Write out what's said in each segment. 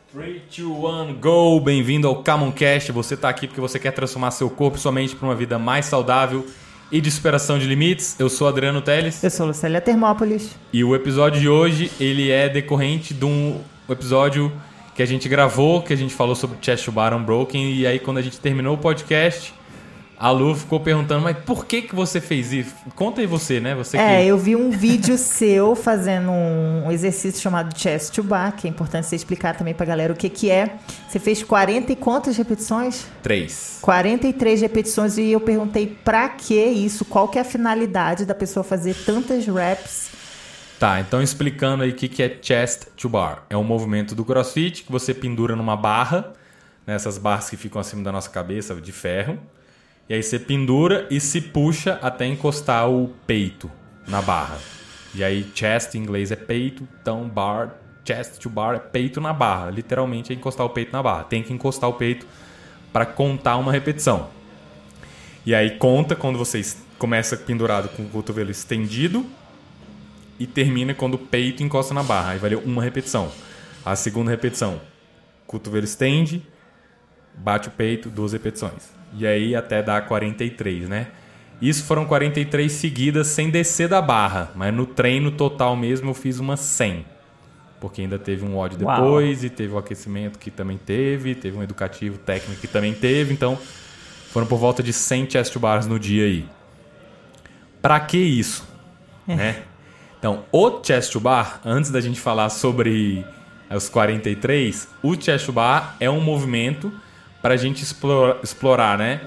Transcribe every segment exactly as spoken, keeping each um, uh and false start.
três, dois, um, go! Bem-vindo ao Camoncast. Você está aqui porque você quer transformar seu corpo e sua mente para uma vida mais saudável e de superação de limites. Eu sou Adriano Teles. Eu sou Lucélia Termópolis. E o episódio de hoje, ele é decorrente de um episódio que a gente gravou, que a gente falou sobre Chest to Bar Unbroken. E aí, quando a gente terminou o podcast, a Lu ficou perguntando, mas por que que você fez isso? Conta aí você, né? Você é, que... eu vi um vídeo seu fazendo um exercício chamado Chest to Bar, que é importante você explicar também pra galera o que que é. Você fez quarenta e quantas repetições? Três. quarenta e três repetições e eu perguntei pra que isso? Qual que é a finalidade da pessoa fazer tantas reps? Tá, então explicando aí o que que é Chest to Bar. É um movimento do CrossFit que você pendura numa barra, né, essas barras que ficam acima da nossa cabeça, de ferro. E aí você pendura e se puxa até encostar o peito na barra. E aí chest em inglês é peito, então bar, chest to bar é peito na barra. Literalmente é encostar o peito na barra. Tem que encostar o peito para contar uma repetição. E aí conta quando você começa pendurado com o cotovelo estendido e termina quando o peito encosta na barra. Aí valeu uma repetição. A segunda repetição, cotovelo estende, bate o peito, duas repetições. E aí até dar quarenta e três, né? Isso foram quarenta e três seguidas sem descer da barra. Mas no treino total mesmo eu fiz umas cem. Porque ainda teve um ódio depois. Uau. E teve o aquecimento que também teve. Teve um educativo técnico que também teve. Então foram por volta de cem chest to bars no dia aí. Pra que isso? É. Né? Então o chest to bar, antes da gente falar sobre os quarenta e três, o chest to bar é um movimento para a gente explorar, explorar, né?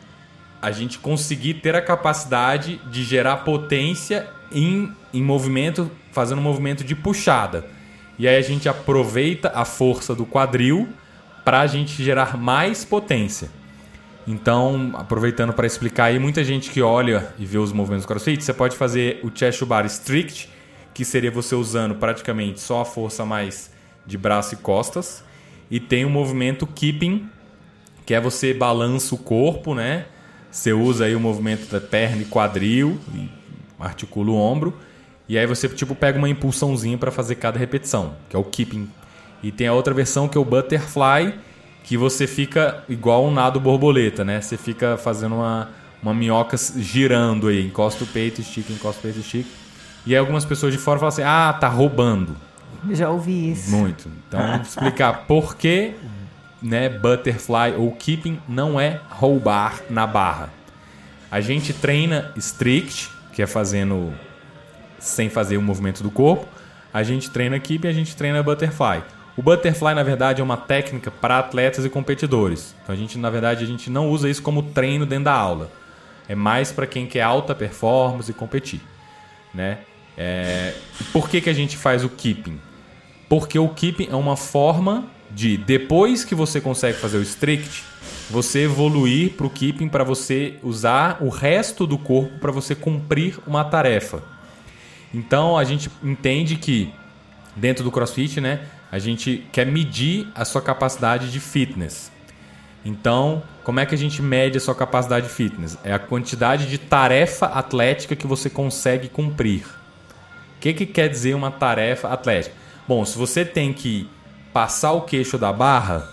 A gente conseguir ter a capacidade de gerar potência em, em movimento, fazendo um movimento de puxada. E aí a gente aproveita a força do quadril para a gente gerar mais potência. Então, aproveitando para explicar aí, muita gente que olha e vê os movimentos do CrossFit, você pode fazer o chest to bar strict, que seria você usando praticamente só a força mais de braço e costas. E tem o movimento keeping, que é você balança o corpo, né? Você usa aí o movimento da perna e quadril, e articula o ombro. E aí você tipo pega uma impulsãozinha para fazer cada repetição, que é o keeping. E tem a outra versão que é o butterfly, que você fica igual um nado borboleta, né? Você fica fazendo uma, uma minhoca girando aí, encosta o peito, estica, encosta o peito, estica. E aí algumas pessoas de fora falam assim, ah, tá roubando. Já ouvi isso. Muito. Então, vamos explicar por que, né, butterfly ou keeping não é roubar na barra. A gente treina strict, que é fazendo sem fazer o movimento do corpo. A gente treina keeping e a gente treina butterfly. O butterfly, na verdade, é uma técnica para atletas e competidores. Então, a gente, na verdade, a gente não usa isso como treino dentro da aula. É mais para quem quer alta performance e competir, né? É... Por que que a gente faz o keeping? Porque o keeping é uma forma de, depois que você consegue fazer o strict, você evoluir para o keeping para você usar o resto do corpo para você cumprir uma tarefa. Então a gente entende que dentro do CrossFit, né, a gente quer medir a sua capacidade de fitness. Então, como é que a gente mede a sua capacidade de fitness? É a quantidade de tarefa atlética que você consegue cumprir. O que que quer dizer uma tarefa atlética? Bom, se você tem que passar o queixo da barra,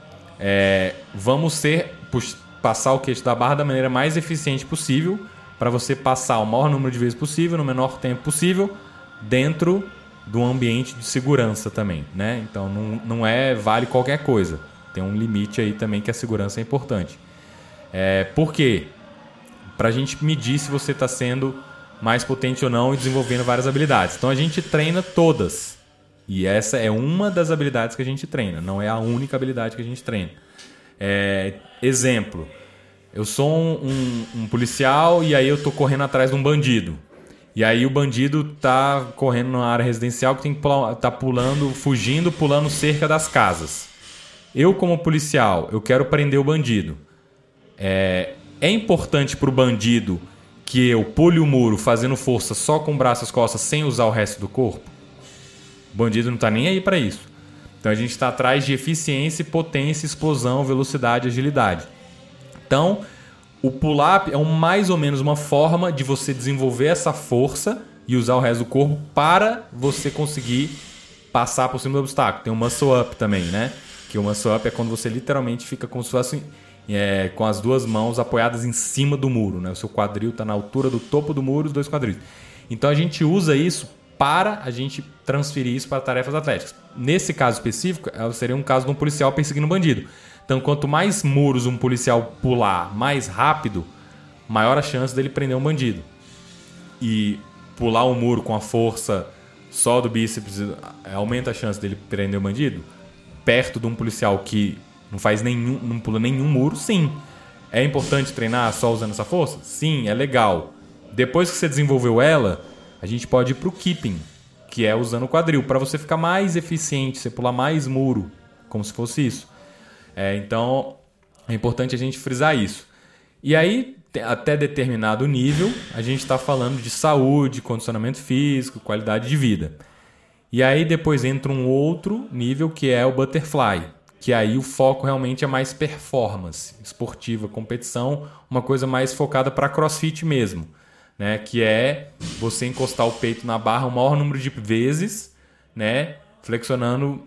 é, vamos ser passar o queixo da barra da maneira mais eficiente possível para você passar o maior número de vezes possível, no menor tempo possível, dentro de um ambiente de segurança também, né? Então não, não é vale qualquer coisa. Tem um limite aí também que a segurança é importante. É, por quê? Para a gente medir se você está sendo mais potente ou não e desenvolvendo várias habilidades. Então a gente treina todas. E essa é uma das habilidades que a gente treina. Não é a única habilidade que a gente treina. É, exemplo. Eu sou um, um, um policial e aí eu tô correndo atrás de um bandido. E aí o bandido tá correndo na área residencial que tem que pular, tá pulando, fugindo, pulando cerca das casas. Eu, como policial, eu quero prender o bandido. É, é importante pro bandido que eu pule o muro fazendo força só com o braço e as costas sem usar o resto do corpo? O bandido não está nem aí para isso. Então a gente está atrás de eficiência, potência, explosão, velocidade, agilidade. Então o pull-up é um, mais ou menos uma forma de você desenvolver essa força e usar o resto do corpo para você conseguir passar por cima do obstáculo. Tem o muscle up também, né? Que o muscle up é quando você literalmente fica como se fosse é, com as duas mãos apoiadas em cima do muro, né? O seu quadril está na altura do topo do muro, os dois quadris. Então a gente usa isso para a gente transferir isso para tarefas atléticas. Nesse caso específico, seria um caso de um policial perseguindo um bandido. Então, quanto mais muros um policial pular mais rápido, maior a chance dele prender um bandido. E pular um muro com a força só do bíceps aumenta a chance dele prender um bandido? Perto de um policial que não faz nenhum, não pula nenhum muro, sim. É importante treinar só usando essa força? Sim, é legal. Depois que você desenvolveu ela, a gente pode ir para o keeping, que é usando o quadril, para você ficar mais eficiente, você pular mais muro, como se fosse isso. É, então, é importante a gente frisar isso. E aí, até determinado nível, a gente está falando de saúde, condicionamento físico, qualidade de vida. E aí depois entra um outro nível, que é o butterfly, que aí o foco realmente é mais performance, esportiva, competição, uma coisa mais focada para crossfit mesmo. Né, que é você encostar o peito na barra o maior número de vezes, né, flexionando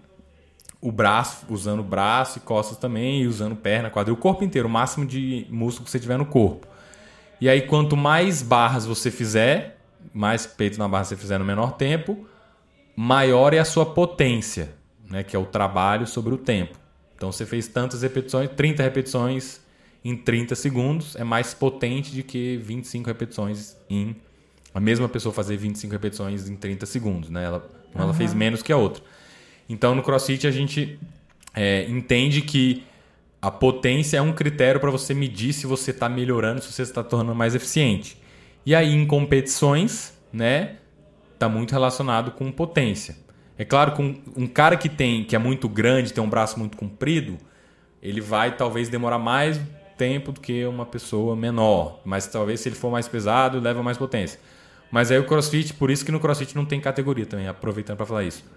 o braço, usando o braço e costas também, e usando perna, quadril, o corpo inteiro, o máximo de músculo que você tiver no corpo. E aí, quanto mais barras você fizer, mais peito na barra você fizer no menor tempo, maior é a sua potência, né, que é o trabalho sobre o tempo. Então, você fez tantas repetições, trinta repetições em trinta segundos, é mais potente do que vinte e cinco repetições em... A mesma pessoa fazer vinte e cinco repetições em trinta segundos, né? Ela, uhum. ela fez menos que a outra. Então, no CrossFit, a gente é, entende que a potência é um critério para você medir se você está melhorando, se você está tornando mais eficiente. E aí, em competições, né, está muito relacionado com potência. É claro que um, um cara que, tem, que é muito grande, tem um braço muito comprido, ele vai talvez demorar mais tempo do que uma pessoa menor, mas talvez se ele for mais pesado, leva mais potência. Mas aí o CrossFit, por isso que no CrossFit não tem categoria também, aproveitando para falar isso,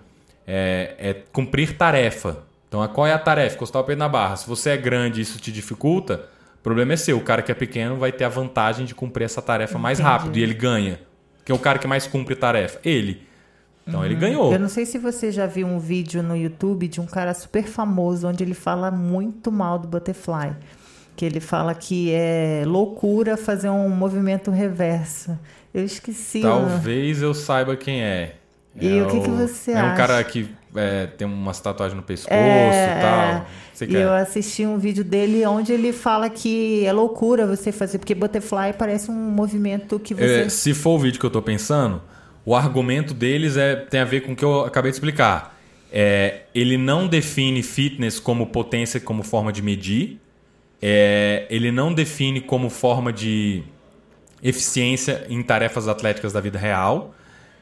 é, é cumprir tarefa. Então, qual é a tarefa? Encostar o peito na barra. Se você é grande e isso te dificulta, o problema é seu. O cara que é pequeno vai ter a vantagem de cumprir essa tarefa mais Entendi. rápido e ele ganha. Quem é o cara que mais cumpre tarefa? Ele. Então uhum. ele ganhou. Eu não sei se você já viu um vídeo no YouTube de um cara super famoso onde ele fala muito mal do butterfly. Que ele fala que é loucura fazer um movimento reverso. Eu esqueci. Talvez eu saiba quem é. E é o que, que você é acha? É um cara que é, tem umas tatuagens no pescoço é, e tal. Você e quer? eu assisti um vídeo dele onde ele fala que é loucura você fazer, porque butterfly parece um movimento que você... É, se for o vídeo que eu tô pensando, o argumento deles é, tem a ver com o que eu acabei de explicar. É, ele não define fitness como potência, como forma de medir. É, ele não define como forma de eficiência em tarefas atléticas da vida real.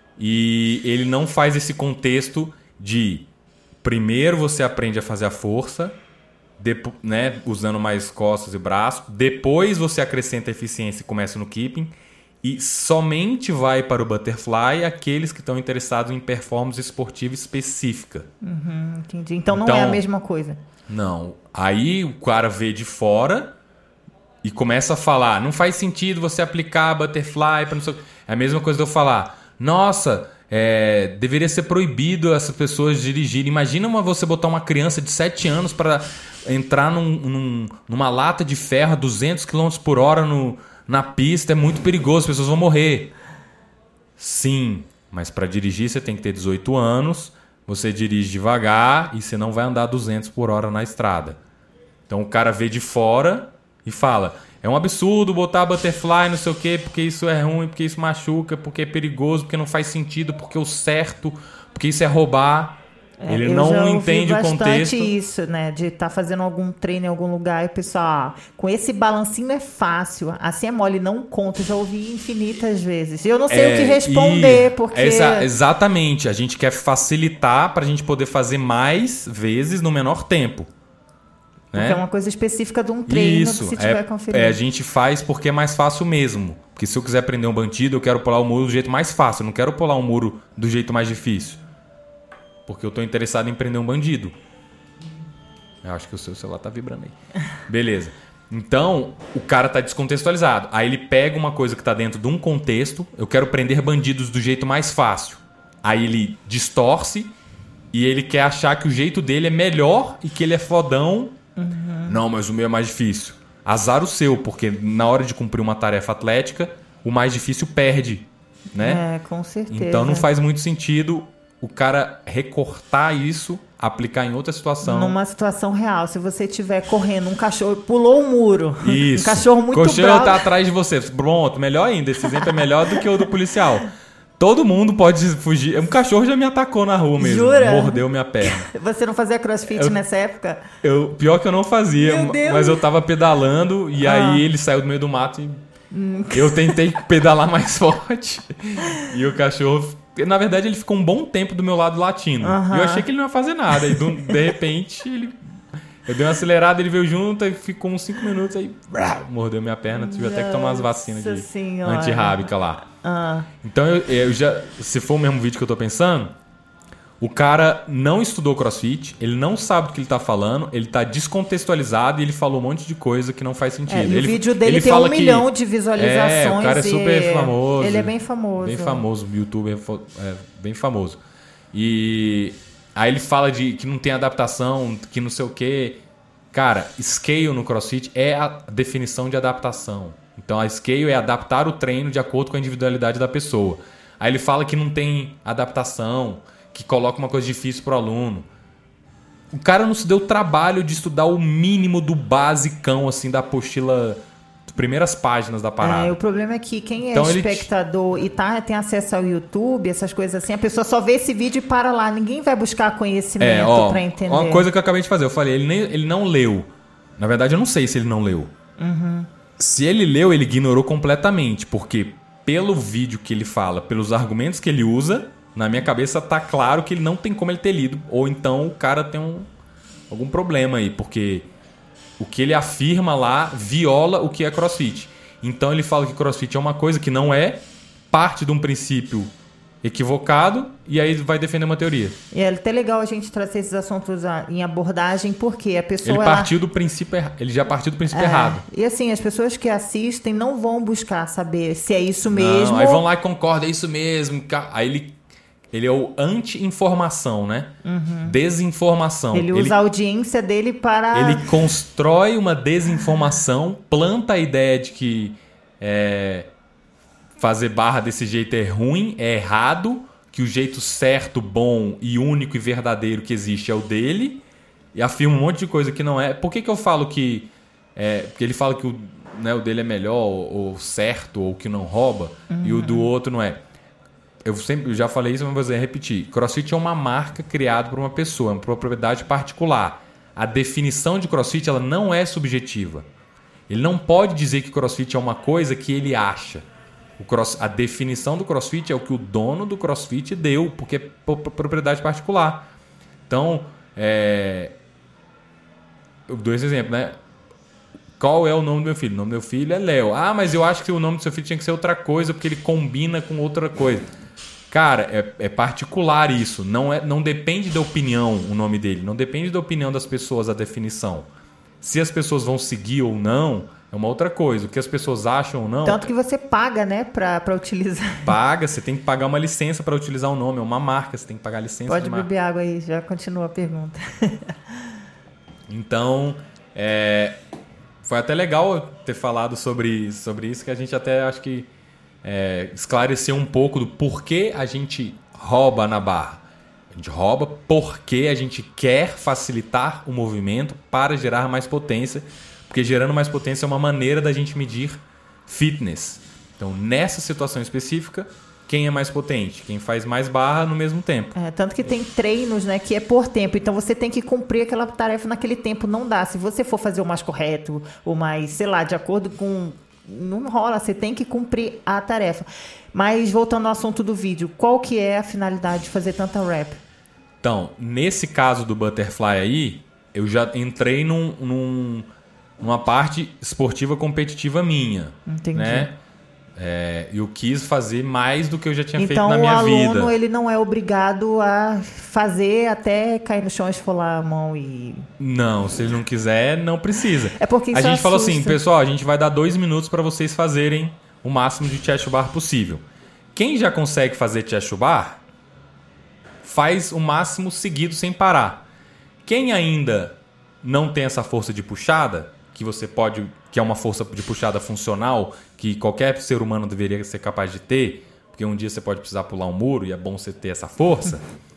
E ele não faz esse contexto de primeiro você aprende a fazer a força, depo, né, usando mais costas e braço, depois você acrescenta a eficiência e começa no keeping, e somente vai para o butterfly aqueles que estão interessados em performance esportiva específica. Uhum, entendi. Então não então, é a mesma coisa. Não. Aí o cara vê de fora e começa a falar, não faz sentido você aplicar butterfly para não sei... É a mesma coisa de eu falar, nossa, é, deveria ser proibido essas pessoas dirigirem. Imagina uma, você botar uma criança de sete anos para entrar num, num, numa lata de ferro a duzentos quilômetros por hora no, na pista. É muito perigoso, as pessoas vão morrer. Sim, mas para dirigir você tem que ter dezoito anos, você dirige devagar e você não vai andar duzentos por hora na estrada. Então o cara vê de fora e fala... É um absurdo botar butterfly, não sei o quê, porque isso é ruim, porque isso machuca, porque é perigoso, porque não faz sentido, porque o certo, porque isso é roubar. É, Ele não entende o contexto. Isso, né? De estar tá fazendo algum treino em algum lugar e o pessoal, ah, com esse balancinho é fácil, assim é mole, não conta. Eu já ouvi infinitas vezes. E eu não sei é, o que responder, porque... Essa, exatamente. A gente quer facilitar para a gente poder fazer mais vezes no menor tempo. Porque né? é uma coisa específica de um treino. Isso, que se tiver é, conferindo. É, a gente faz porque é mais fácil mesmo. Porque se eu quiser prender um bandido, eu quero pular o muro do jeito mais fácil. Eu não quero pular um muro do jeito mais difícil. Porque eu estou interessado em prender um bandido. Eu acho que o seu celular está vibrando aí. Beleza. Então, o cara está descontextualizado. Aí ele pega uma coisa que está dentro de um contexto. Eu quero prender bandidos do jeito mais fácil. Aí ele distorce e ele quer achar que o jeito dele é melhor e que ele é fodão. Uhum. Não, mas o meu é mais difícil. Azar o seu, porque na hora de cumprir uma tarefa atlética, o mais difícil perde, né? É, com certeza. Então não faz muito sentido o cara recortar isso, aplicar em outra situação. Numa situação real. Se você estiver correndo, um cachorro pulou um muro. Isso. Um cachorro muito bravo. O cachorro tá atrás de você. Pronto, melhor ainda. Esse exemplo é melhor do que o do policial. Todo mundo pode fugir. Um cachorro já me atacou na rua mesmo. Jura? Mordeu minha perna. Você não fazia crossfit eu, nessa época? Eu, pior que eu não fazia, mas eu tava pedalando e ah. aí ele saiu do meio do mato e hum. eu tentei pedalar mais forte. E o cachorro, na verdade, ele ficou um bom tempo do meu lado latindo. Uh-huh. E eu achei que ele não ia fazer nada. E de repente, ele... eu dei uma acelerada, ele veio junto e ficou uns cinco minutos aí, mordeu minha perna. Tive até que tomar umas vacinas de senhora. Antirrábica lá. Ah. Então, eu, eu já, se for o mesmo vídeo que eu tô pensando, o cara não estudou CrossFit, ele não sabe do que ele tá falando, ele tá descontextualizado e ele falou um monte de coisa que não faz sentido. É, ele, o vídeo dele ele tem um que, milhão de visualizações. É, o cara é super famoso. Ele é bem famoso. Bem famoso, o YouTube é bem famoso. E aí ele fala de que não tem adaptação, que não sei o quê. Cara, scale no CrossFit é a definição de adaptação. Então a scale é adaptar o treino de acordo com a individualidade da pessoa. Aí ele fala que não tem adaptação, que coloca uma coisa difícil para o aluno. O cara não se deu o trabalho de estudar o mínimo do basicão, assim, da apostila, das primeiras páginas da parada. É, o problema é que quem é então espectador ele... e tá, tem acesso ao YouTube, essas coisas assim, a pessoa só vê esse vídeo e para lá. Ninguém vai buscar conhecimento é, para entender. Uma coisa que eu acabei de fazer, eu falei, ele, nem, ele não leu. Na verdade, eu não sei se ele não leu. Uhum. Se ele leu, ele ignorou completamente, porque pelo vídeo que ele fala, pelos argumentos que ele usa, na minha cabeça tá claro que ele não tem como ele ter lido. Ou então o cara tem um, algum problema aí, porque o que ele afirma lá viola o que é CrossFit. Então ele fala que CrossFit é uma coisa que não é, parte de um princípio equivocado, e aí vai defender uma teoria. E é até legal a gente trazer esses assuntos em abordagem, porque a pessoa... Ele partiu ela... do princípio errado. Ele já partiu do princípio é. errado. E assim, as pessoas que assistem não vão buscar saber se é isso mesmo. Não, aí vão lá e concordam, é isso mesmo. Aí ele, ele é o anti-informação, né? Uhum. Desinformação. Ele usa ele, a audiência dele para... Ele constrói uma desinformação, planta a ideia de que... É, fazer barra desse jeito é ruim, é errado, que o jeito certo, bom e único e verdadeiro que existe é o dele, e afirma um monte de coisa que não é. Por que, que eu falo que... É, porque ele fala que o, né, o dele é melhor, ou, ou certo, ou que não rouba, uhum. e o do outro não é. Eu sempre eu já falei isso, mas vou repetir. CrossFit é uma marca criada por uma pessoa, é uma propriedade particular. A definição de CrossFit ela não é subjetiva. Ele não pode dizer que CrossFit é uma coisa que ele acha. O cross, a definição do CrossFit é o que o dono do CrossFit deu, porque é propriedade particular. Então, é, eu dou esse exemplo, né? Qual é o nome do meu filho? O nome do meu filho é Léo. Ah, mas eu acho que o nome do seu filho tinha que ser outra coisa, porque ele combina com outra coisa. Cara, é, é particular isso. Não, é, não depende da opinião o nome dele. Não depende da opinião das pessoas a definição. Se as pessoas vão seguir ou não... é uma outra coisa. O que as pessoas acham ou não... Tanto que você paga, né, pra, pra utilizar. Paga, você tem que pagar uma licença para utilizar o nome. É uma marca, você tem que pagar a licença. Pode de beber marca. água aí, já continua a pergunta. Então, é, foi até legal ter falado sobre, sobre isso, que a gente até acho que é, esclareceu um pouco do porquê a gente rouba na barra. A gente rouba porque a gente quer facilitar o movimento para gerar mais potência. Porque gerando mais potência é uma maneira da gente medir fitness. Então, nessa situação específica, quem é mais potente? Quem faz mais barra no mesmo tempo. É, tanto que tem treinos, né, que é por tempo. Então, você tem que cumprir aquela tarefa naquele tempo. Não dá. Se você for fazer o mais correto, ou mais, sei lá, de acordo com... não rola. Você tem que cumprir a tarefa. Mas, voltando ao assunto do vídeo, qual que é a finalidade de fazer tanta rep? Então, nesse caso do Butterfly aí, eu já entrei num... num uma parte esportiva competitiva minha. Entendi. Né? É, eu quis fazer mais do que eu já tinha então, feito na minha vida. Então o aluno ele não é obrigado a fazer até cair no chão, esfolar a mão e... Não, se ele não quiser, não precisa. É porque isso a gente assusta. falou assim, pessoal, a gente vai dar dois minutos para vocês fazerem o máximo de chest to bar possível. Quem já consegue fazer chest to bar, faz o máximo seguido sem parar. Quem ainda não tem essa força de puxada, que você pode, que é uma força de puxada funcional, que qualquer ser humano deveria ser capaz de ter, porque um dia você pode precisar pular um muro e é bom você ter essa força,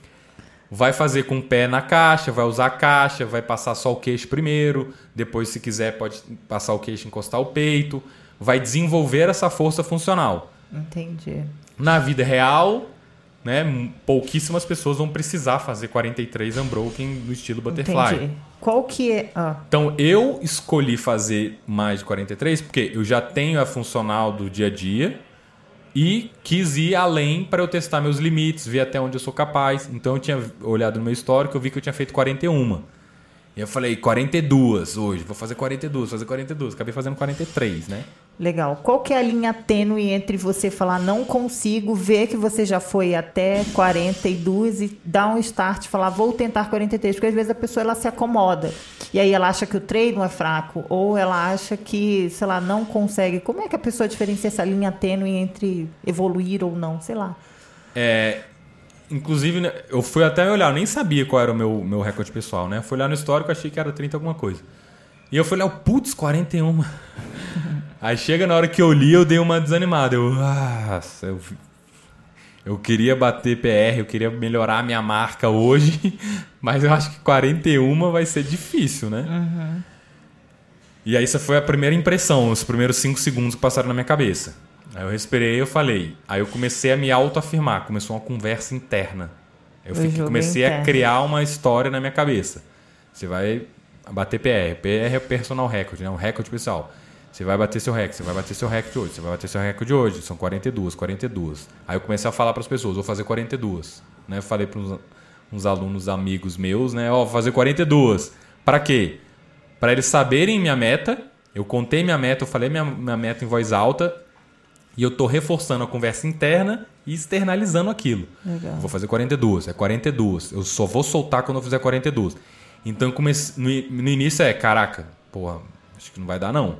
vai fazer com o pé na caixa, vai usar a caixa, vai passar só o queixo primeiro, depois, se quiser, pode passar o queixo e encostar o peito, vai desenvolver essa força funcional. Entendi. Na vida real, né, pouquíssimas pessoas vão precisar fazer quarenta e três unbroken no estilo butterfly. Entendi. Qual que é... Ah. Então, eu escolhi fazer mais de quarenta e três porque eu já tenho a funcional do dia a dia e quis ir além para eu testar meus limites, ver até onde eu sou capaz. Então, eu tinha olhado no meu histórico, eu vi que eu tinha feito quarenta e um. E eu falei, quarenta e dois hoje, vou fazer quarenta e dois, vou fazer quarenta e dois. Acabei fazendo quarenta e três, né? Legal. Qual que é a linha tênue entre você falar não consigo, ver que você já foi até quarenta e dois e dar um start, falar vou tentar quarenta e três? Porque às vezes a pessoa ela se acomoda. E aí ela acha que o treino é fraco ou ela acha que, sei lá, não consegue. Como é que a pessoa diferencia essa linha tênue entre evoluir ou não? Sei lá. É... Inclusive, eu fui até olhar, eu nem sabia qual era o meu, meu recorde pessoal, né? Eu fui olhar no histórico, achei que era trinta alguma coisa. E eu fui olhar, putz, quarenta e um. Aí chega na hora que eu li, eu dei uma desanimada. Eu, nossa, eu, eu queria bater P R, eu queria melhorar a minha marca hoje, mas eu acho que quarenta e um vai ser difícil, né? Uhum. E aí essa foi a primeira impressão, os primeiros cinco segundos que passaram na minha cabeça. Aí eu respirei e eu falei. Aí eu comecei a me autoafirmar. Começou uma conversa interna. Eu fiquei, comecei interno. a criar uma história na minha cabeça. Você vai bater P R. P R é personal record, né? Um recorde pessoal. Você vai bater seu recorde. Você vai bater seu recorde hoje. Você vai bater seu recorde hoje. São quarenta e dois, quarenta e dois. Aí eu comecei a falar para as pessoas. Vou fazer quarenta e dois. Né? Eu falei para uns, uns alunos amigos meus. Né? Ó, vou fazer quarenta e dois. Para quê? Para eles saberem minha meta. Eu contei minha meta. Eu falei minha, minha meta em voz alta. E eu estou reforçando a conversa interna e externalizando aquilo. Legal. Vou fazer quarenta e dois, é quarenta e dois. Eu só vou soltar quando eu fizer quarenta e dois. Então, comecei, no, no início é, caraca, porra, acho que não vai dar não.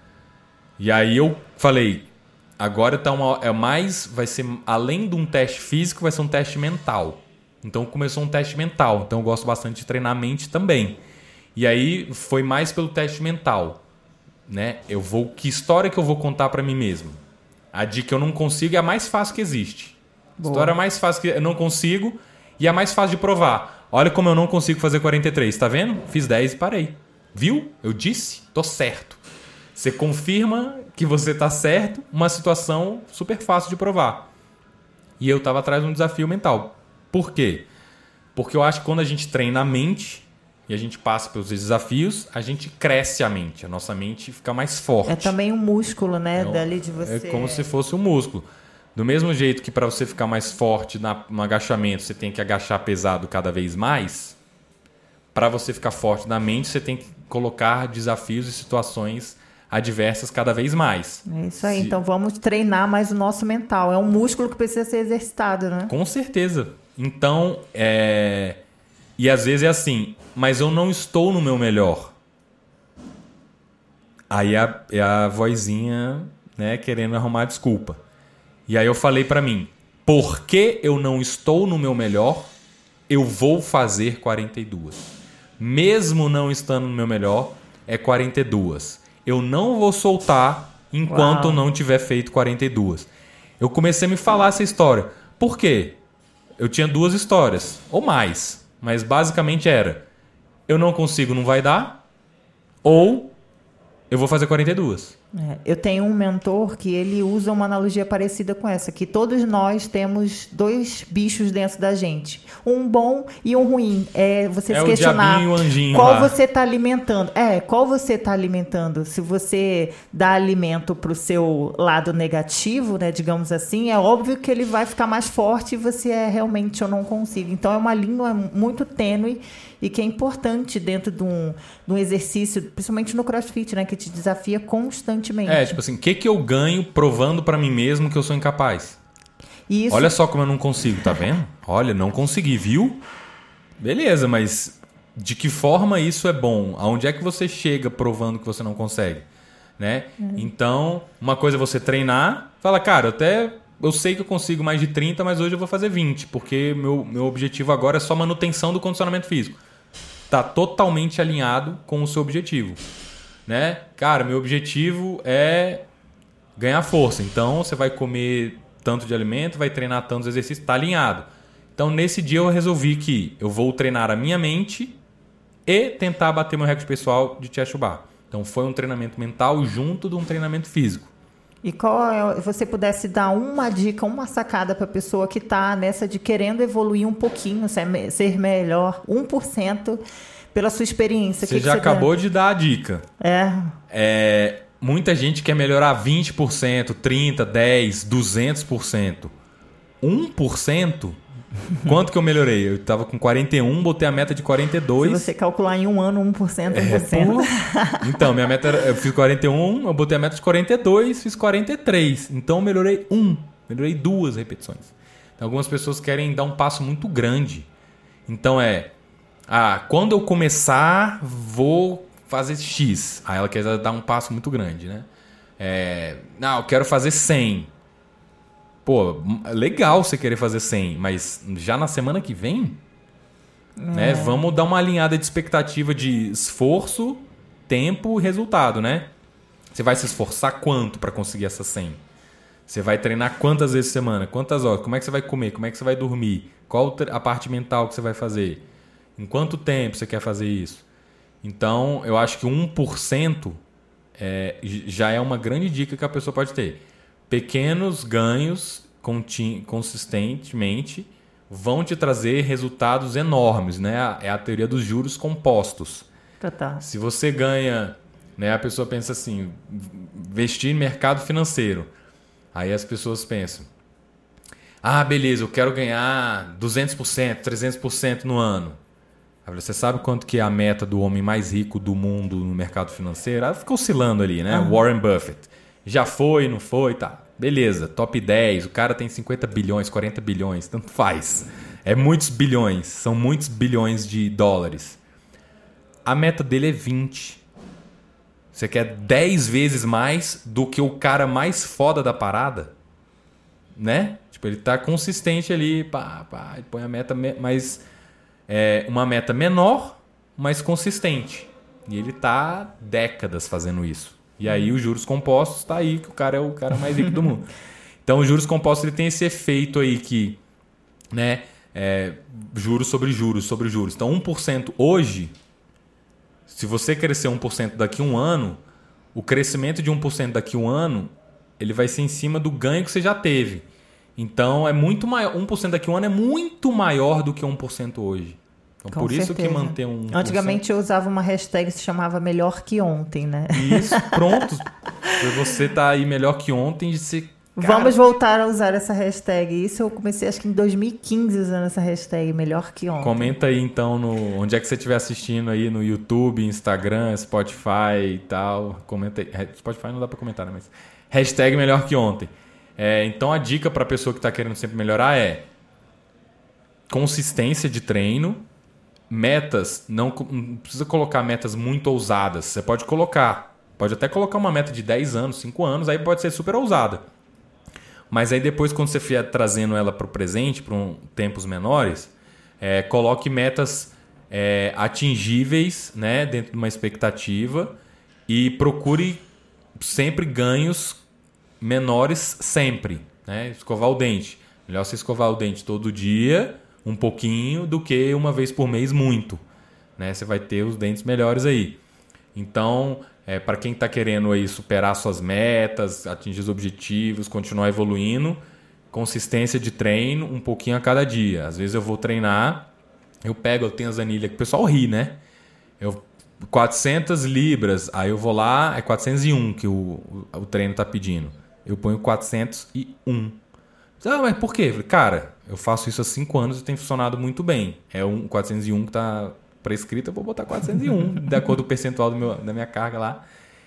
E aí eu falei, agora tá uma, é mais, vai ser, além de um teste físico, vai ser um teste mental. Então, começou um teste mental. Então, eu gosto bastante de treinar a mente também. E aí, foi mais pelo teste mental. Né? Eu vou, que história que eu vou contar para mim mesmo? A de que eu não consigo é a mais fácil que existe. A história mais fácil que eu não consigo e a mais fácil de provar. Olha como eu não consigo fazer quarenta e três, tá vendo? Fiz dez e parei. Viu? Eu disse, tô certo. Você confirma que você tá certo, uma situação super fácil de provar. E eu tava atrás de um desafio mental. Por quê? Porque eu acho que quando a gente treina a mente e a gente passa pelos desafios, a gente cresce a mente. A nossa mente fica mais forte. É também um músculo, né? É, um, dali de você... é como se fosse um músculo. Do mesmo jeito que para você ficar mais forte na, no agachamento, você tem que agachar pesado cada vez mais. Para você ficar forte na mente, você tem que colocar desafios e situações adversas cada vez mais. É isso aí. Se... Então vamos treinar mais o nosso mental. É um músculo que precisa ser exercitado, né? Com certeza. Então, é... E às vezes é assim, mas eu não estou no meu melhor. Aí é a, é a vozinha, né, querendo arrumar desculpa. E aí eu falei pra mim, porque eu não estou no meu melhor, eu vou fazer quarenta e dois. Mesmo não estando no meu melhor, é quarenta e dois. Eu não vou soltar enquanto Uau. não tiver feito quarenta e dois. Eu comecei a me falar essa história. Por quê? Eu tinha duas histórias, ou mais. Mas basicamente era, eu não consigo, não vai dar, ou eu vou fazer quarenta e dois. É, eu tenho um mentor que ele usa uma analogia parecida com essa, que todos nós temos dois bichos dentro da gente, um bom e um ruim. É você é se questionar o diabinho e o anjinho qual lá. você está alimentando. É, qual você está alimentando? Se você dá alimento para o seu lado negativo, né, digamos assim, é óbvio que ele vai ficar mais forte e você é realmente eu não consigo. Então é uma língua muito tênue e que é importante dentro de um, de um exercício, principalmente no CrossFit, né, que te desafia constantemente. É, tipo assim, o que, que eu ganho provando pra mim mesmo que eu sou incapaz? Isso... Olha só como eu não consigo, tá vendo? Olha, não consegui, viu? Beleza, mas de que forma isso é bom? Aonde é que você chega provando que você não consegue? Né? Uhum. Então, uma coisa é você treinar, fala, cara, eu até eu sei que eu consigo mais de trinta, mas hoje eu vou fazer vinte, porque meu, meu objetivo agora é só manutenção do condicionamento físico. Tá totalmente alinhado com o seu objetivo, né? Cara, meu objetivo é ganhar força. Então, você vai comer tanto de alimento, vai treinar tantos exercícios, tá alinhado. Então, nesse dia eu resolvi que eu vou treinar a minha mente e tentar bater meu recorde pessoal de chest to bar. Então, foi um treinamento mental junto de um treinamento físico. E qual é, você pudesse dar uma dica, uma sacada para a pessoa que está nessa de querendo evoluir um pouquinho, ser, ser melhor, um por cento, pela sua experiência? Você que já que você acabou dá? de dar a dica. É. É, muita gente quer melhorar vinte por cento, trinta por cento, dez por cento, duzentos por cento. um por cento? Quanto que eu melhorei? Eu estava com quarenta e um, botei a meta de quarenta e dois. Se você calcular em um ano, um por cento, um por cento. É, então, minha meta era, eu fiz quarenta e um, eu botei a meta de quarenta e dois, fiz quarenta e três. Então, eu melhorei um, melhorei duas repetições. Então, algumas pessoas querem dar um passo muito grande. Então, é, ah, quando eu começar, vou fazer X. Aí ela quer dar um passo muito grande, né? É, não, eu quero fazer cem. Pô, legal você querer fazer cem, mas já na semana que vem, é. né? Vamos dar uma alinhada de expectativa de esforço, tempo e resultado, né? Você vai se esforçar quanto para conseguir essa cem? Você vai treinar quantas vezes por semana? Quantas horas? Como é que você vai comer? Como é que você vai dormir? Qual a parte mental que você vai fazer? Em quanto tempo você quer fazer isso? Então, eu acho que um por cento é, já é uma grande dica que a pessoa pode ter. Pequenos ganhos consistentemente vão te trazer resultados enormes, né? É a teoria dos juros compostos. Tá. Se você ganha, né? A pessoa pensa assim, investir em mercado financeiro. Aí as pessoas pensam, ah, beleza, eu quero ganhar duzentos por cento, trezentos por cento no ano. Aí você sabe quanto que é a meta do homem mais rico do mundo no mercado financeiro? Ela fica oscilando ali, né? Uhum. Warren Buffett. Já foi, não foi, tá. Beleza, top dez, o cara tem cinquenta bilhões, quarenta bilhões, tanto faz. É muitos bilhões, são muitos bilhões de dólares. A meta dele é vinte. Você quer dez vezes mais do que o cara mais foda da parada? Né? Tipo, ele tá consistente ali, pá, pá, ele põe a meta mais... É, uma meta menor, mas consistente. E ele tá décadas fazendo isso. E aí os juros compostos está aí, que o cara é o cara mais rico do mundo. Então os juros compostos ele tem esse efeito aí que, né, é, juros sobre juros sobre juros. Então um por cento hoje, se você crescer um por cento daqui a um ano, o crescimento de um por cento daqui a um ano, ele vai ser em cima do ganho que você já teve. Então é muito maior, um por cento daqui a um ano é muito maior do que um por cento hoje. Então, com por isso certeza. que manter um... Antigamente eu usava uma hashtag que se chamava melhor que ontem, né? Isso, pronto. Você tá aí melhor que ontem de ser... Cara... Vamos voltar a usar essa hashtag. Isso eu comecei acho que em dois mil e quinze usando essa hashtag melhor que ontem. Comenta aí então no, onde é que você estiver assistindo aí, no YouTube, Instagram, Spotify e tal. Comenta aí. Spotify não dá pra comentar, né? Mas hashtag melhor que ontem. É, então a dica pra pessoa que tá querendo sempre melhorar é consistência de treino. Metas, não, não precisa colocar metas muito ousadas. Você pode colocar, pode até colocar uma meta de dez anos, cinco anos, aí pode ser super ousada. Mas aí depois, quando você for trazendo ela para o presente, para um, tempos menores, é, coloque metas é, atingíveis, né, dentro de uma expectativa e procure sempre ganhos menores sempre. Né? Escovar o dente. Melhor você escovar o dente todo dia... um pouquinho do que uma vez por mês muito, né? Você vai ter os dentes melhores aí. Então, é, para quem está querendo aí superar suas metas, atingir os objetivos, continuar evoluindo, consistência de treino, um pouquinho a cada dia. Às vezes eu vou treinar, eu pego, eu tenho as anilhas, que o pessoal ri, né? Eu, quatrocentas libras, aí eu vou lá, é quatrocentos e um que o, o, o treino está pedindo. Eu ponho quatrocentos e um. Ah, mas por quê? Cara, eu faço isso há cinco anos e tem funcionado muito bem. É um quatrocentos e um que está prescrito, eu vou botar quatrocentos e um, de acordo com o percentual do meu, da minha carga lá.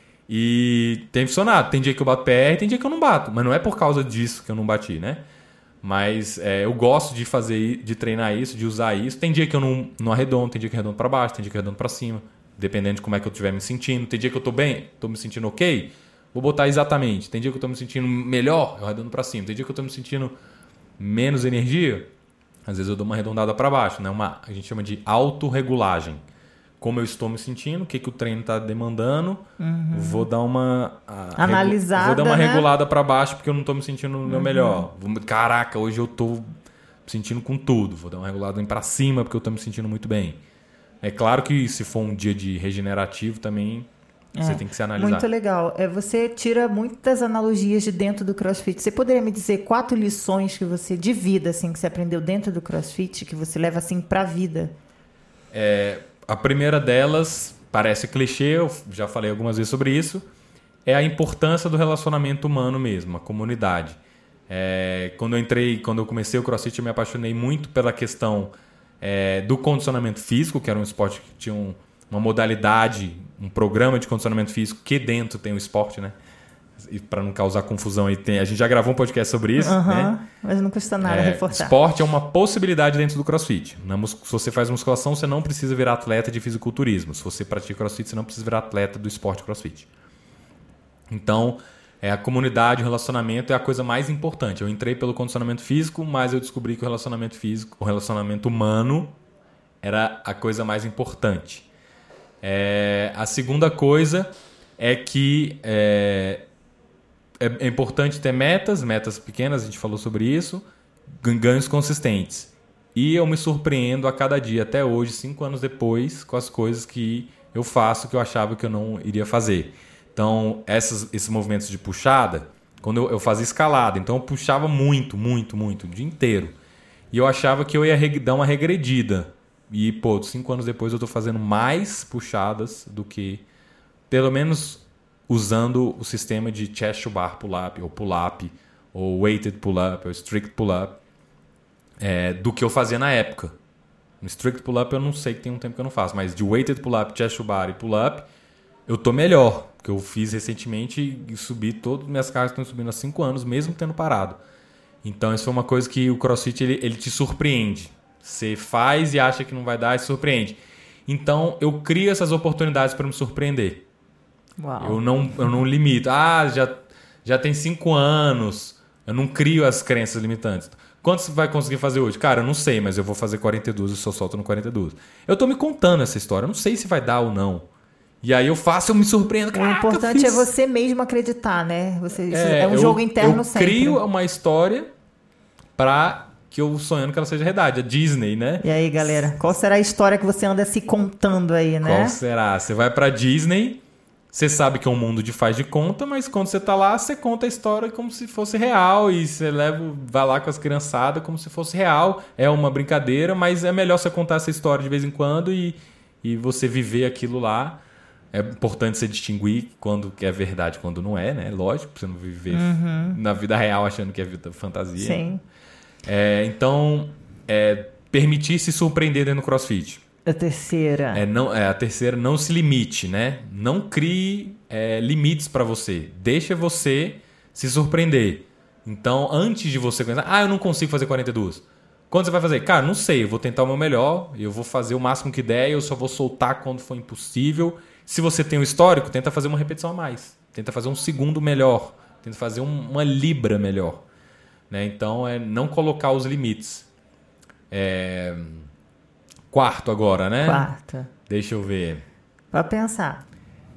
E tem funcionado. Tem dia que eu bato P R, tem dia que eu não bato. Mas não é por causa disso que eu não bati, né? Mas é, eu gosto de fazer, de treinar isso, de usar isso. Tem dia que eu não, não arredondo, tem dia que eu arredondo para baixo, tem dia que eu arredondo para cima. Dependendo de como é que eu estiver me sentindo. Tem dia que eu estou bem, estou me sentindo ok. vou botar exatamente. Tem dia que eu tô me sentindo melhor, eu arredondo para cima. Tem dia que eu tô me sentindo menos energia, às vezes eu dou uma arredondada para baixo, né? Uma, a gente chama de autorregulagem. Como eu estou me sentindo, o que, que o treino está demandando, uhum. vou dar uma analisada, vou dar uma né? regulada para baixo porque eu não estou me sentindo no meu uhum. melhor. Caraca, hoje eu estou me sentindo com tudo. Vou dar uma regulada para cima porque eu estou me sentindo muito bem. É claro que se for um dia de regenerativo também é, você tem que se analisar. Muito legal. É, você tira muitas analogias de dentro do CrossFit. Você poderia me dizer quatro lições que você de vida assim que você aprendeu dentro do CrossFit que você leva assim para a vida? É, a primeira delas, parece clichê, eu já falei algumas vezes sobre isso, é a importância do relacionamento humano mesmo, a comunidade. É, quando eu entrei, quando eu comecei o CrossFit, eu me apaixonei muito pela questão é, do condicionamento físico, que era um esporte que tinha um, uma modalidade, um programa de condicionamento físico que dentro tem o esporte, né? E para não causar confusão, aí tem, a gente já gravou um podcast sobre isso, uhum, né? Mas não custa nada é, reforçar. Esporte é uma possibilidade dentro do CrossFit. Na mus- se você faz musculação, você não precisa virar atleta de fisiculturismo. Se você pratica CrossFit, você não precisa virar atleta do esporte CrossFit. Então, é, a comunidade, o relacionamento é a coisa mais importante. Eu entrei pelo condicionamento físico, mas eu descobri que o relacionamento físico, o relacionamento humano era a coisa mais importante. É, a segunda coisa é que é, é importante ter metas, metas pequenas, a gente falou sobre isso, ganhos consistentes. E eu me surpreendo a cada dia, até hoje, cinco anos depois, com as coisas que eu faço que eu achava que eu não iria fazer. Então, essas, esses movimentos de puxada, quando eu, eu fazia escalada, então eu puxava muito, muito, muito, o dia inteiro. E eu achava que eu ia dar uma regredida. E, pô, cinco anos depois eu estou fazendo mais puxadas do que, pelo menos, usando o sistema de chest to bar pull-up, ou pull-up, ou weighted pull-up, ou strict pull-up, é, do que eu fazia na época. No strict pull-up eu não sei, que tem um tempo que eu não faço, mas de weighted pull-up, chest to bar e pull-up, eu tô melhor, porque eu fiz recentemente e subi todas as minhas cargas, estão subindo há cinco anos, mesmo tendo parado. Então isso foi uma coisa que o CrossFit ele, ele te surpreende. Você faz e acha que não vai dar e se surpreende. Então eu crio essas oportunidades para me surpreender. Uau. Eu não, eu não limito. Ah, já, já tem cinco anos. Eu não crio as crenças limitantes. Quanto você vai conseguir fazer hoje? Cara, eu não sei, mas eu vou fazer quarenta e dois e só solto no quarenta e dois. Eu tô me contando essa história. Eu não sei se vai dar ou não. E aí eu faço, eu me surpreendo. O importante é você mesmo acreditar, né? Você, é, é um eu, jogo interno eu sempre. Eu crio uma história para que eu sonhando que ela seja verdade. A Disney, né? E aí, galera? Qual será a história que você anda se contando aí, né? Qual será? Você vai pra Disney... Você sabe que é um mundo de faz de conta, mas quando você tá lá, você conta a história como se fosse real e você leva, vai lá com as criançadas como se fosse real. É uma brincadeira, mas é melhor você contar essa história de vez em quando e, e você viver aquilo lá. É importante você distinguir quando é verdade e quando não é, né? Lógico, pra você não viver uhum. na vida real achando que é vida fantasia. Sim. É, então, é, permitir se surpreender dentro do CrossFit. A terceira. É, não, é, a terceira, não se limite, né? Não crie é, limites para você. Deixa você se surpreender. Então, antes de você pensar, ah, eu não consigo fazer quarenta e dois. Quando você vai fazer? Cara, não sei, eu vou tentar o meu melhor, eu vou fazer o máximo que der, eu só vou soltar quando for impossível. Se você tem um histórico, tenta fazer uma repetição a mais. Tenta fazer um segundo melhor. Tenta fazer um, uma libra melhor. Né? Então, é não colocar os limites. É... Quarto agora, né? Quarto. Deixa eu ver. Pra pensar.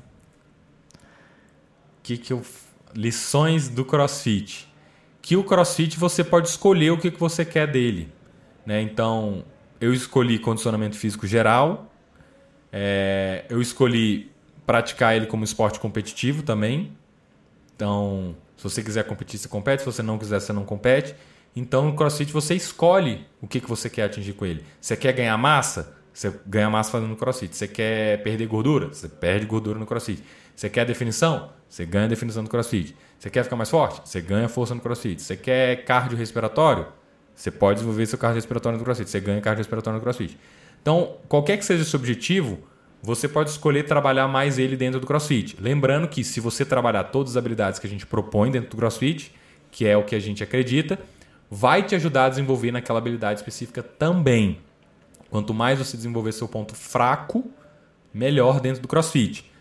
Que que eu... Lições do CrossFit. Que o CrossFit você pode escolher o que, que você quer dele. Né? Então, eu escolhi condicionamento físico geral. É... Eu escolhi praticar ele como esporte competitivo também. Então, se você quiser competir, você compete. Se você não quiser, você não compete. Então, no CrossFit, você escolhe o que, que você quer atingir com ele. Você quer ganhar massa? Você ganha massa fazendo no CrossFit. Você quer perder gordura? Você perde gordura no CrossFit. Você quer definição? Você ganha definição no CrossFit. Você quer ficar mais forte? Você ganha força no CrossFit. Você quer cardiorrespiratório? Você pode desenvolver seu cardiorrespiratório no CrossFit. Você ganha cardiorrespiratório no CrossFit. Então, qualquer que seja o seu objetivo, você pode escolher trabalhar mais ele dentro do CrossFit. Lembrando que se você trabalhar todas as habilidades que a gente propõe dentro do CrossFit, que é o que a gente acredita, vai te ajudar a desenvolver naquela habilidade específica também. Quanto mais você desenvolver seu ponto fraco, melhor dentro do CrossFit.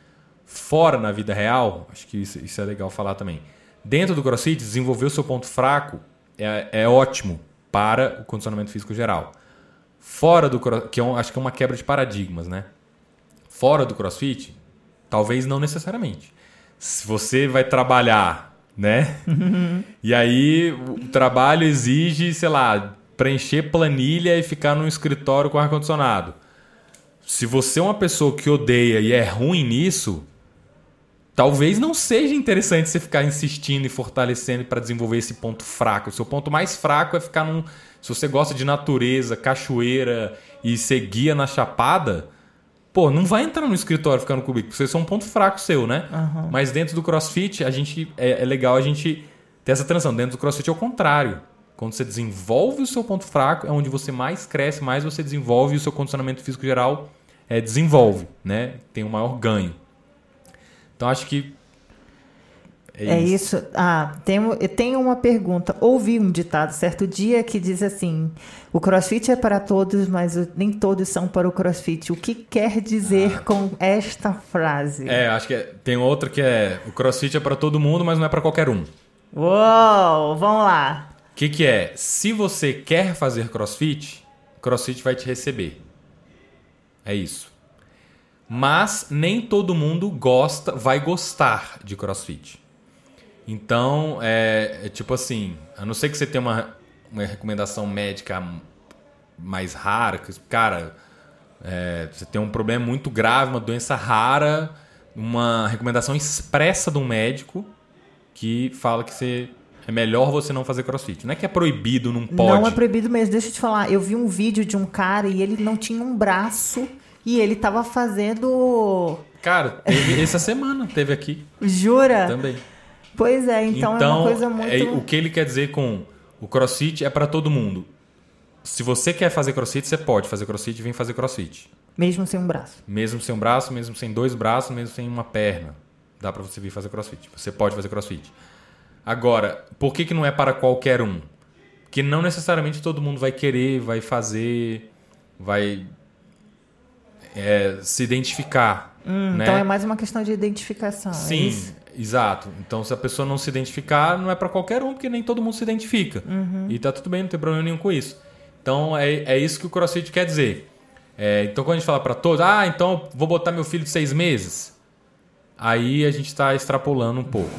Fora na vida real, acho que isso, isso é legal falar também. Dentro do CrossFit, desenvolver o seu ponto fraco é, é ótimo para o condicionamento físico geral. Fora do CrossFit, que é um, acho que é uma quebra de paradigmas, né? Fora do CrossFit, talvez não necessariamente. Se você vai trabalhar, né? Uhum. E aí o trabalho exige, sei lá, preencher planilha e ficar num escritório com ar-condicionado. Se você é uma pessoa que odeia e é ruim nisso, talvez não seja interessante você ficar insistindo e fortalecendo para desenvolver esse ponto fraco. O seu ponto mais fraco é ficar num... Se você gosta de natureza, cachoeira e ser guia na chapada, pô, não vai entrar no escritório ficar no cubículo. Isso é um ponto fraco seu, né? Uhum. Mas dentro do CrossFit, a gente, é, é legal a gente ter essa transição. Dentro do CrossFit é o contrário. Quando você desenvolve o seu ponto fraco, é onde você mais cresce, mais você desenvolve e o seu condicionamento físico geral é, desenvolve, né? Tem um maior ganho. Então, acho que é, é isso. isso. Ah, tem, eu tenho uma pergunta. Ouvi um ditado certo dia que diz assim: o CrossFit é para todos, mas nem todos são para o CrossFit. O que quer dizer ah. com esta frase? É, acho que é, tem outra que é: o CrossFit é para todo mundo, mas não é para qualquer um. Uou, vamos lá. O que, que é? Se você quer fazer CrossFit, CrossFit vai te receber. É isso. Mas nem todo mundo gosta, vai gostar de CrossFit. Então, é, é tipo assim, a não ser que você tenha uma, uma recomendação médica mais rara, que, cara, é, você tem um problema muito grave, uma doença rara, uma recomendação expressa de um médico que fala que você, é melhor você não fazer CrossFit. Não é que é proibido, não pode. Não é proibido mesmo. Deixa eu te falar, eu vi um vídeo de um cara e ele não tinha um braço e ele tava fazendo... Cara, teve essa semana, teve aqui. Jura? Também. Pois é, então, então é uma coisa muito... É, o que ele quer dizer com o CrossFit é para todo mundo. Se você quer fazer CrossFit, você pode fazer CrossFit e vem fazer CrossFit. Mesmo sem um braço. Mesmo sem um braço, mesmo sem dois braços, mesmo sem uma perna. Dá para você vir fazer CrossFit. Você pode fazer CrossFit. Agora, por que, que não é para qualquer um? Porque não necessariamente todo mundo vai querer, vai fazer, vai é, se identificar. Hum, né? Então é mais uma questão de identificação. Sim, é exato. Então se a pessoa não se identificar, não é para qualquer um, porque nem todo mundo se identifica. Uhum. E tá tudo bem, não tem problema nenhum com isso. Então é, é isso que o CrossFit quer dizer. É, então quando a gente fala para todos, ah, então vou botar meu filho de seis meses. Aí a gente está extrapolando um pouco.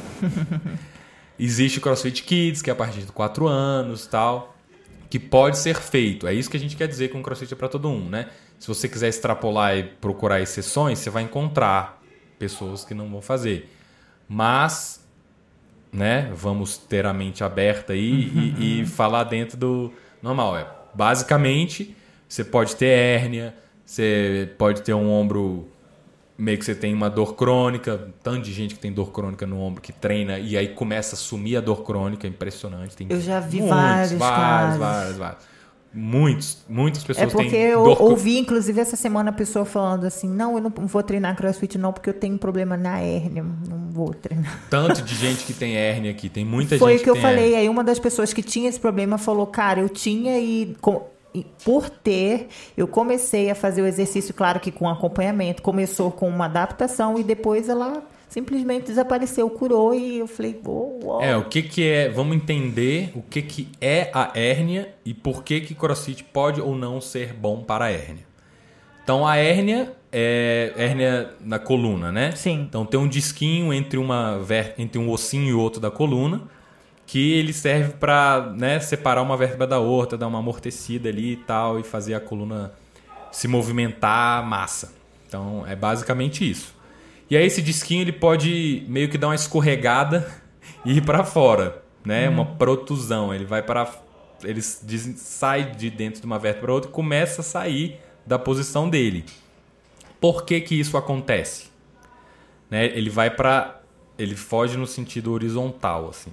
Existe o CrossFit Kids, que é a partir de quatro anos e tal, que pode ser feito. É isso que a gente quer dizer com o CrossFit é para todo mundo, né? Se você quiser extrapolar e procurar exceções, você vai encontrar pessoas que não vão fazer. Mas, né, vamos ter a mente aberta aí uhum. e, e falar dentro do normal. É, basicamente, você pode ter hérnia, você pode ter um ombro... meio que você tem uma dor crônica, tanto de gente que tem dor crônica no ombro que treina e aí começa a sumir a dor crônica, é impressionante. Tem eu já vi muitos, vários, vários, vários, vários, vários. Muitos, muitas pessoas têm dor crônica. É porque eu ouvi, inclusive, essa semana a pessoa falando assim, não, eu não vou treinar CrossFit não, porque eu tenho problema na hérnia, não vou treinar. Tanto de gente que tem hérnia aqui, tem muita Foi gente o que eu tem falei, hérnia. Aí uma das pessoas que tinha esse problema falou, cara, eu tinha e... E por ter, eu comecei a fazer o exercício, claro que com acompanhamento, começou com uma adaptação e depois ela simplesmente desapareceu, curou e eu falei, oh, oh. É, o que que é, vamos entender o que que é a hérnia e por que que CrossFit pode ou não ser bom para a hérnia. Então a hérnia é hérnia na coluna, né? Sim. Então tem um disquinho entre, uma, entre um ossinho e outro da coluna, que ele serve para, né, separar uma vértebra da outra, dar uma amortecida ali e tal, e fazer a coluna se movimentar massa. Então, é basicamente isso. E aí esse disquinho ele pode meio que dar uma escorregada e ir para fora, né? Uhum. Uma protusão. Ele vai para, ele sai de dentro de uma vértebra para outra e começa a sair da posição dele. Por que que isso acontece? Né? Ele vai para, ele foge no sentido horizontal, assim.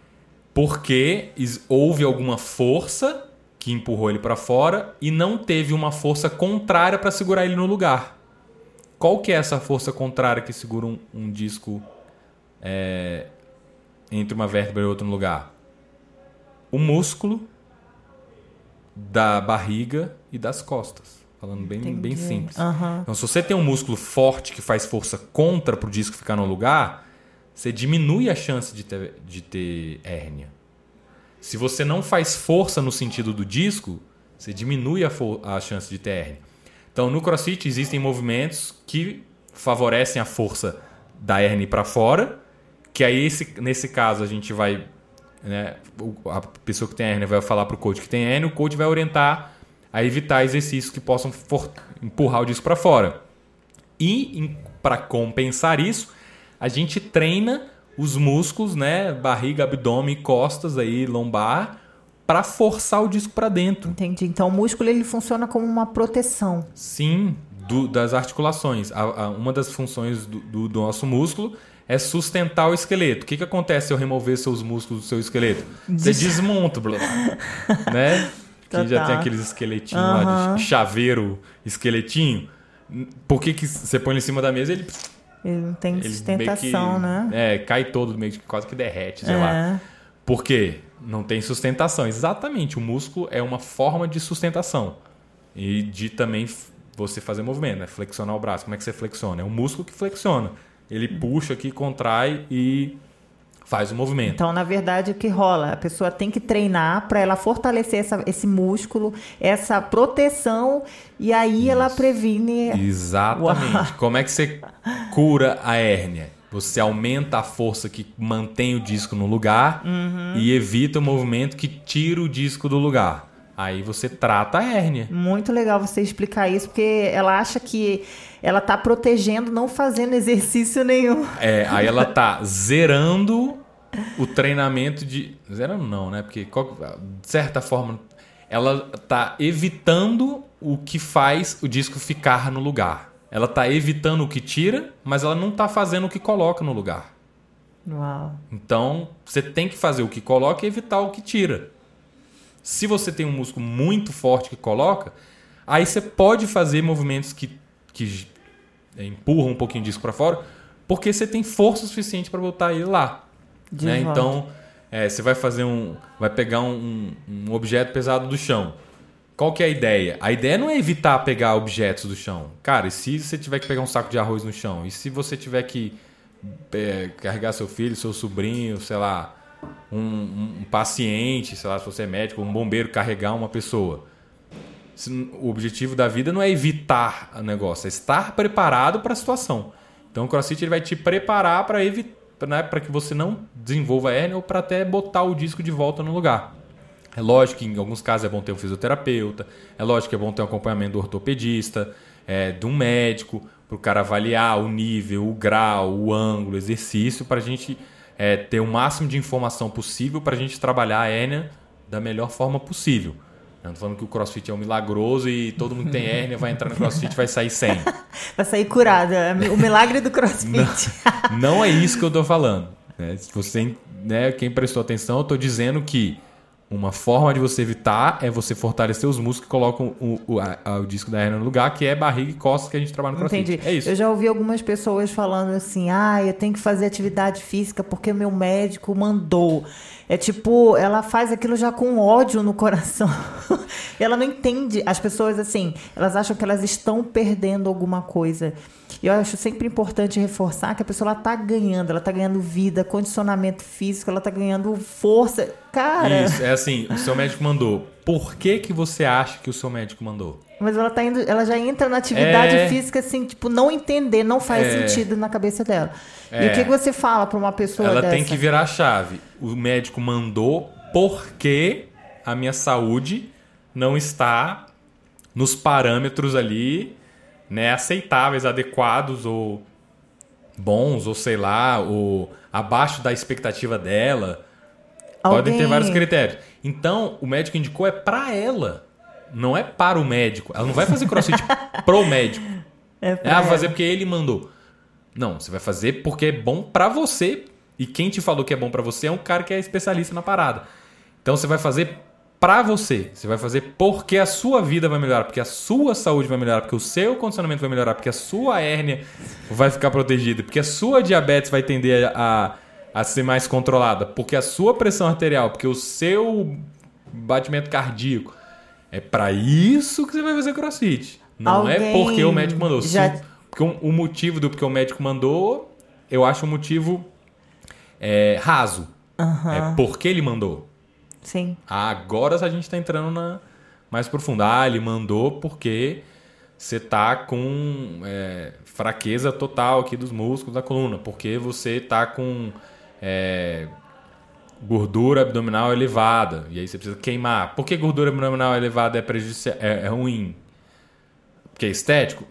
Porque houve alguma força que empurrou ele para fora e não teve uma força contrária para segurar ele no lugar. Qual que é essa força contrária que segura um, um disco é, entre uma vértebra e outra no lugar? O músculo da barriga e das costas. Falando bem, bem simples. Uhum. Então, se você tem um músculo forte que faz força contra para o disco ficar no lugar, você diminui a chance de ter, de ter hérnia. Se você não faz força no sentido do disco, você diminui a, for- a chance de ter hérnia. Então, no CrossFit existem movimentos que favorecem a força da hérnia para fora, que aí esse, nesse caso a gente vai, né, a pessoa que tem hérnia vai falar para o coach que tem hérnia, o coach vai orientar a evitar exercícios que possam for, empurrar o disco para fora. E para compensar isso, a gente treina os músculos, né, barriga, abdômen, costas, aí, lombar, para forçar o disco para dentro. Entendi. Então o músculo ele funciona como uma proteção. Sim, do, das articulações. A, a, uma das funções do, do, do nosso músculo é sustentar o esqueleto. O que, que acontece se eu remover seus músculos do seu esqueleto? Você desmonta, blá, blá, né? Que já tem aqueles esqueletinhos uhum. lá de chaveiro, esqueletinho. Por que, que você põe ele em cima da mesa ele... Ele não tem ele sustentação, que, né? É, cai todo, meio que quase que derrete, sei é. lá. Por quê? Não tem sustentação. Exatamente, o músculo é uma forma de sustentação. E de também você fazer movimento, né? Flexionar o braço. Como é que você flexiona? É um músculo que flexiona. Ele puxa aqui, contrai e faz o movimento. Então, na verdade, o que rola? A pessoa tem que treinar para ela fortalecer essa, esse músculo, essa proteção, e aí Isso. ela previne... Exatamente. Uau. Como é que você cura a hérnia? Você aumenta a força que mantém o disco no lugar uhum. e evita o movimento que tira o disco do lugar. Aí você trata a hérnia. Muito legal você explicar isso, porque ela acha que ela está protegendo, não fazendo exercício nenhum. É, aí ela está zerando o treinamento de... Zerando não, né? Porque, de certa forma, ela está evitando o que faz o disco ficar no lugar. Ela está evitando o que tira, mas ela não está fazendo o que coloca no lugar. Uau. Então, você tem que fazer o que coloca e evitar o que tira. Se você tem um músculo muito forte que coloca, aí você pode fazer movimentos que, que empurram um pouquinho o disco para fora, porque você tem força suficiente para botar ele lá. Né? Então, é, você vai fazer um, vai pegar um, um objeto pesado do chão. Qual que é a ideia? A ideia não é evitar pegar objetos do chão. Cara, e se você tiver que pegar um saco de arroz no chão? E se você tiver que é, carregar seu filho, seu sobrinho, sei lá, um, um, um paciente, sei lá, se você é médico, um bombeiro carregar uma pessoa? O objetivo da vida não é evitar o negócio, é estar preparado para a situação. Então o CrossFit ele vai te preparar para evitar, né, para que você não desenvolva hérnia ou para até botar o disco de volta no lugar. É lógico que em alguns casos é bom ter um fisioterapeuta, é lógico que é bom ter um acompanhamento do ortopedista, é, de um médico, para o cara avaliar o nível, o grau, o ângulo, o exercício, para a gente é, ter o máximo de informação possível para a gente trabalhar a hérnia da melhor forma possível. Não estou falando que o CrossFit é um milagroso e todo mundo que tem hérnia vai entrar no CrossFit e vai sair sem. Vai sair curado, é o milagre do CrossFit. Não, não é isso que eu estou falando. Né? Se você, né, quem prestou atenção, eu estou dizendo que uma forma de você evitar é você fortalecer os músculos que colocam o, o, a, o disco da hérnia no lugar, que é barriga e costas que a gente trabalha no CrossFit. Entendi. É isso. Eu já ouvi algumas pessoas falando assim, ah, eu tenho que fazer atividade física porque o meu médico mandou. É tipo, ela faz aquilo já com ódio no coração. Ela não entende. As pessoas, assim, elas acham que elas estão perdendo alguma coisa. E eu acho sempre importante reforçar que a pessoa está ganhando. Ela está ganhando vida, condicionamento físico, ela está ganhando força. Cara... Isso, é assim, o seu médico mandou. Por que que você acha que o seu médico mandou? Mas ela, tá indo, ela já entra na atividade é... física, assim, tipo, não entender, não faz é... sentido na cabeça dela. É... E o que você fala para uma pessoa ela dessa? Ela tem que virar a chave. O médico mandou porque a minha saúde não está nos parâmetros ali, né, aceitáveis, adequados ou bons, ou sei lá, ou abaixo da expectativa dela. Alguém... Podem ter vários critérios. Então, o médico indicou é para ela, não é para o médico. Ela não vai fazer CrossFit pro médico. É pra ela vai fazer porque ele mandou. Não, você vai fazer porque é bom para você. E quem te falou que é bom para você é um cara que é especialista na parada. Então, você vai fazer para você. Você vai fazer porque a sua vida vai melhorar, porque a sua saúde vai melhorar, porque o seu condicionamento vai melhorar, porque a sua hérnia vai ficar protegida, porque a sua diabetes vai tender a, a ser mais controlada, porque a sua pressão arterial, porque o seu batimento cardíaco. É para isso que você vai fazer CrossFit. Não Alguém é porque o médico mandou. já... Se, porque o, o motivo do porque o médico mandou, eu acho um motivo é, raso. Uhum. É porque ele mandou. Sim. Agora a gente está entrando na mais profunda. Ah, ele mandou porque você tá com é, fraqueza total aqui dos músculos da coluna. Porque você tá com é, gordura abdominal elevada. E aí você precisa queimar. Por que gordura abdominal elevada é, prejudici- é, é ruim? Porque é estético?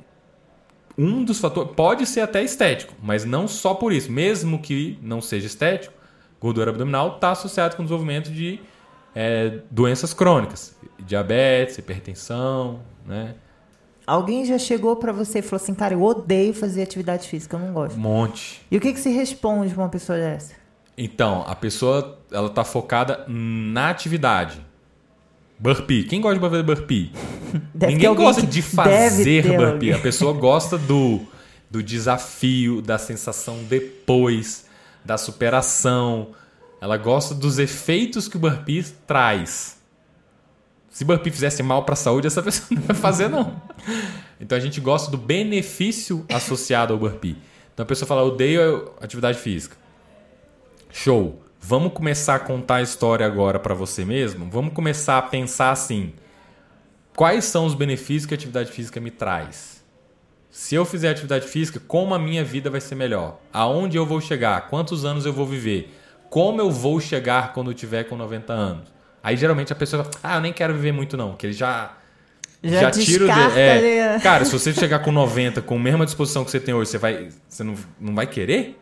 Um dos fatores... Pode ser até estético, mas não só por isso. Mesmo que não seja estético, gordura abdominal está associado com o desenvolvimento de é, doenças crônicas. Diabetes, hipertensão, né? Alguém já chegou pra você e falou assim, cara, eu odeio fazer atividade física, eu não gosto. Um monte. E o que, que se responde pra uma pessoa dessa? Então, a pessoa ela tá focada na atividade. Burpee. Quem gosta de fazer burpee? Deve Ninguém gosta que de fazer burpee. Alguém. A pessoa gosta do, do desafio, da sensação depois, da superação. Ela gosta dos efeitos que o burpee traz. Se burpee fizesse mal para a saúde, essa pessoa não vai fazer, não. Então a gente gosta do benefício associado ao burpee. Então a pessoa fala, eu odeio atividade física. Show. Vamos começar a contar a história agora para você mesmo? Vamos começar a pensar assim, quais são os benefícios que a atividade física me traz? Se eu fizer atividade física, como a minha vida vai ser melhor? Aonde eu vou chegar? Quantos anos eu vou viver? Como eu vou chegar quando eu tiver com noventa anos? Aí geralmente a pessoa fala, ah, eu nem quero viver muito não, que ele já... Já, já tira o de... é, ali. Cara, se você chegar com noventa, com a mesma disposição que você tem hoje, você, vai, você não, não vai querer?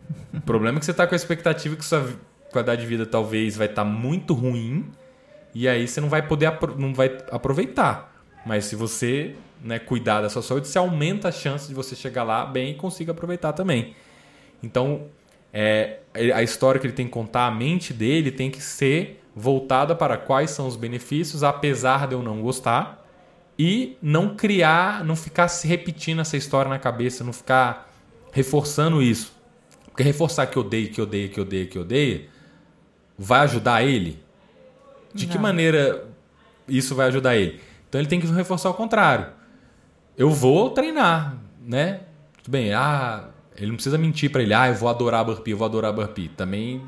O problema é que você está com a expectativa que sua qualidade de vida talvez vai estar tá muito ruim e aí você não vai poder não vai aproveitar. Mas se você, né, cuidar da sua saúde, você aumenta a chance de você chegar lá bem e conseguir aproveitar também. Então, é, a história que ele tem que contar, a mente dele tem que ser voltada para quais são os benefícios, apesar de eu não gostar, e não criar, não ficar se repetindo essa história na cabeça, não ficar reforçando isso. Porque reforçar que odeio, que odeio, que odeio, que odeio, vai ajudar ele? De não. Que maneira isso vai ajudar ele? Então ele tem que reforçar o contrário. Eu vou treinar, né? Tudo bem, ah, ele não precisa mentir para ele, ah, eu vou adorar burpee, eu vou adorar burpee. Também,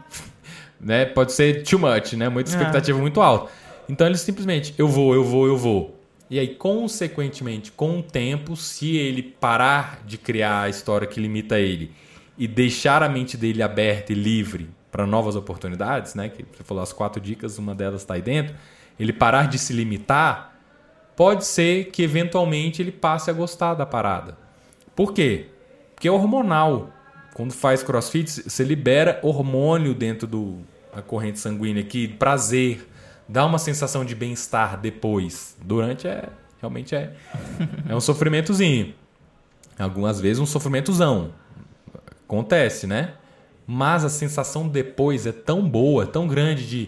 né, pode ser too much, né? Muita expectativa é. muito alta. Então ele simplesmente, eu vou, eu vou, eu vou. E aí, consequentemente, com o tempo, se ele parar de criar a história que limita ele e deixar a mente dele aberta e livre para novas oportunidades, né? Que você falou as quatro dicas, uma delas está aí dentro. Ele parar de se limitar, pode ser que eventualmente ele passe a gostar da parada. Por quê? Porque é hormonal. Quando faz crossfit, você libera hormônio dentro do, da corrente sanguínea aqui, prazer, dá uma sensação de bem-estar depois. Durante é realmente é, é um sofrimentozinho. Algumas vezes um sofrimentozão. Acontece, né? Mas a sensação depois é tão boa, tão grande de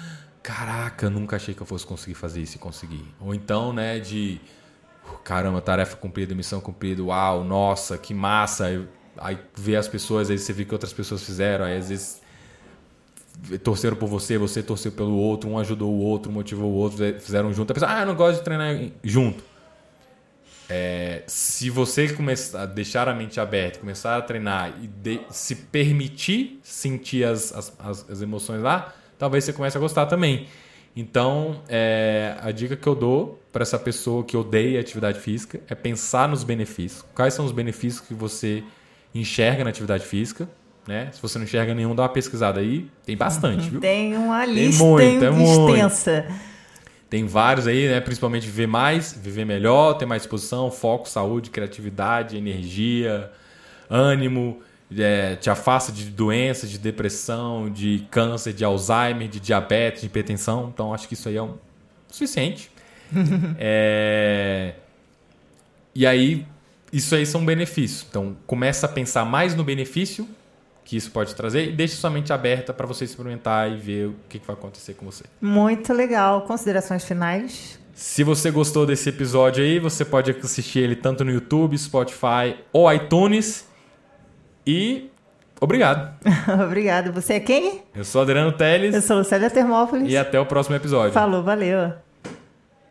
caraca, nunca achei que eu fosse conseguir fazer isso e conseguir. Ou então, né, de caramba, tarefa cumprida, missão cumprida, uau, nossa, que massa. Aí vê as pessoas, aí você vê que outras pessoas fizeram, aí às vezes torceram por você, você torceu pelo outro, um ajudou o outro, motivou o outro, fizeram junto. A pessoa, ah, eu não gosto de treinar junto. É, se você começar a deixar a mente aberta, começar a treinar e de, se permitir sentir as, as, as, as emoções lá, talvez você comece a gostar também. Então, é, a dica que eu dou para essa pessoa que odeia atividade física é pensar nos benefícios. Quais são os benefícios que você enxerga na atividade física? Né? Se você não enxerga nenhum, dá uma pesquisada aí. Tem bastante, viu? Tem uma tem lista muito, é extensa. Muito. Tem vários aí, né? Principalmente viver mais, viver melhor, ter mais disposição, foco, saúde, criatividade, energia, ânimo, é, te afasta de doenças, de depressão, de câncer, de Alzheimer, de diabetes, de hipertensão. Então, acho que isso aí é um suficiente. é... E aí, isso aí são benefícios. Então, começa a pensar mais no benefício que isso pode trazer e deixe sua mente aberta para você experimentar e ver o que vai acontecer com você. Muito legal. Considerações finais? Se você gostou desse episódio aí, você pode assistir ele tanto no YouTube, Spotify ou iTunes. E obrigado. Obrigado. Você é quem? Eu sou Adriano Teles. Eu sou Lucélia Termópolis. E até o próximo episódio. Falou, valeu.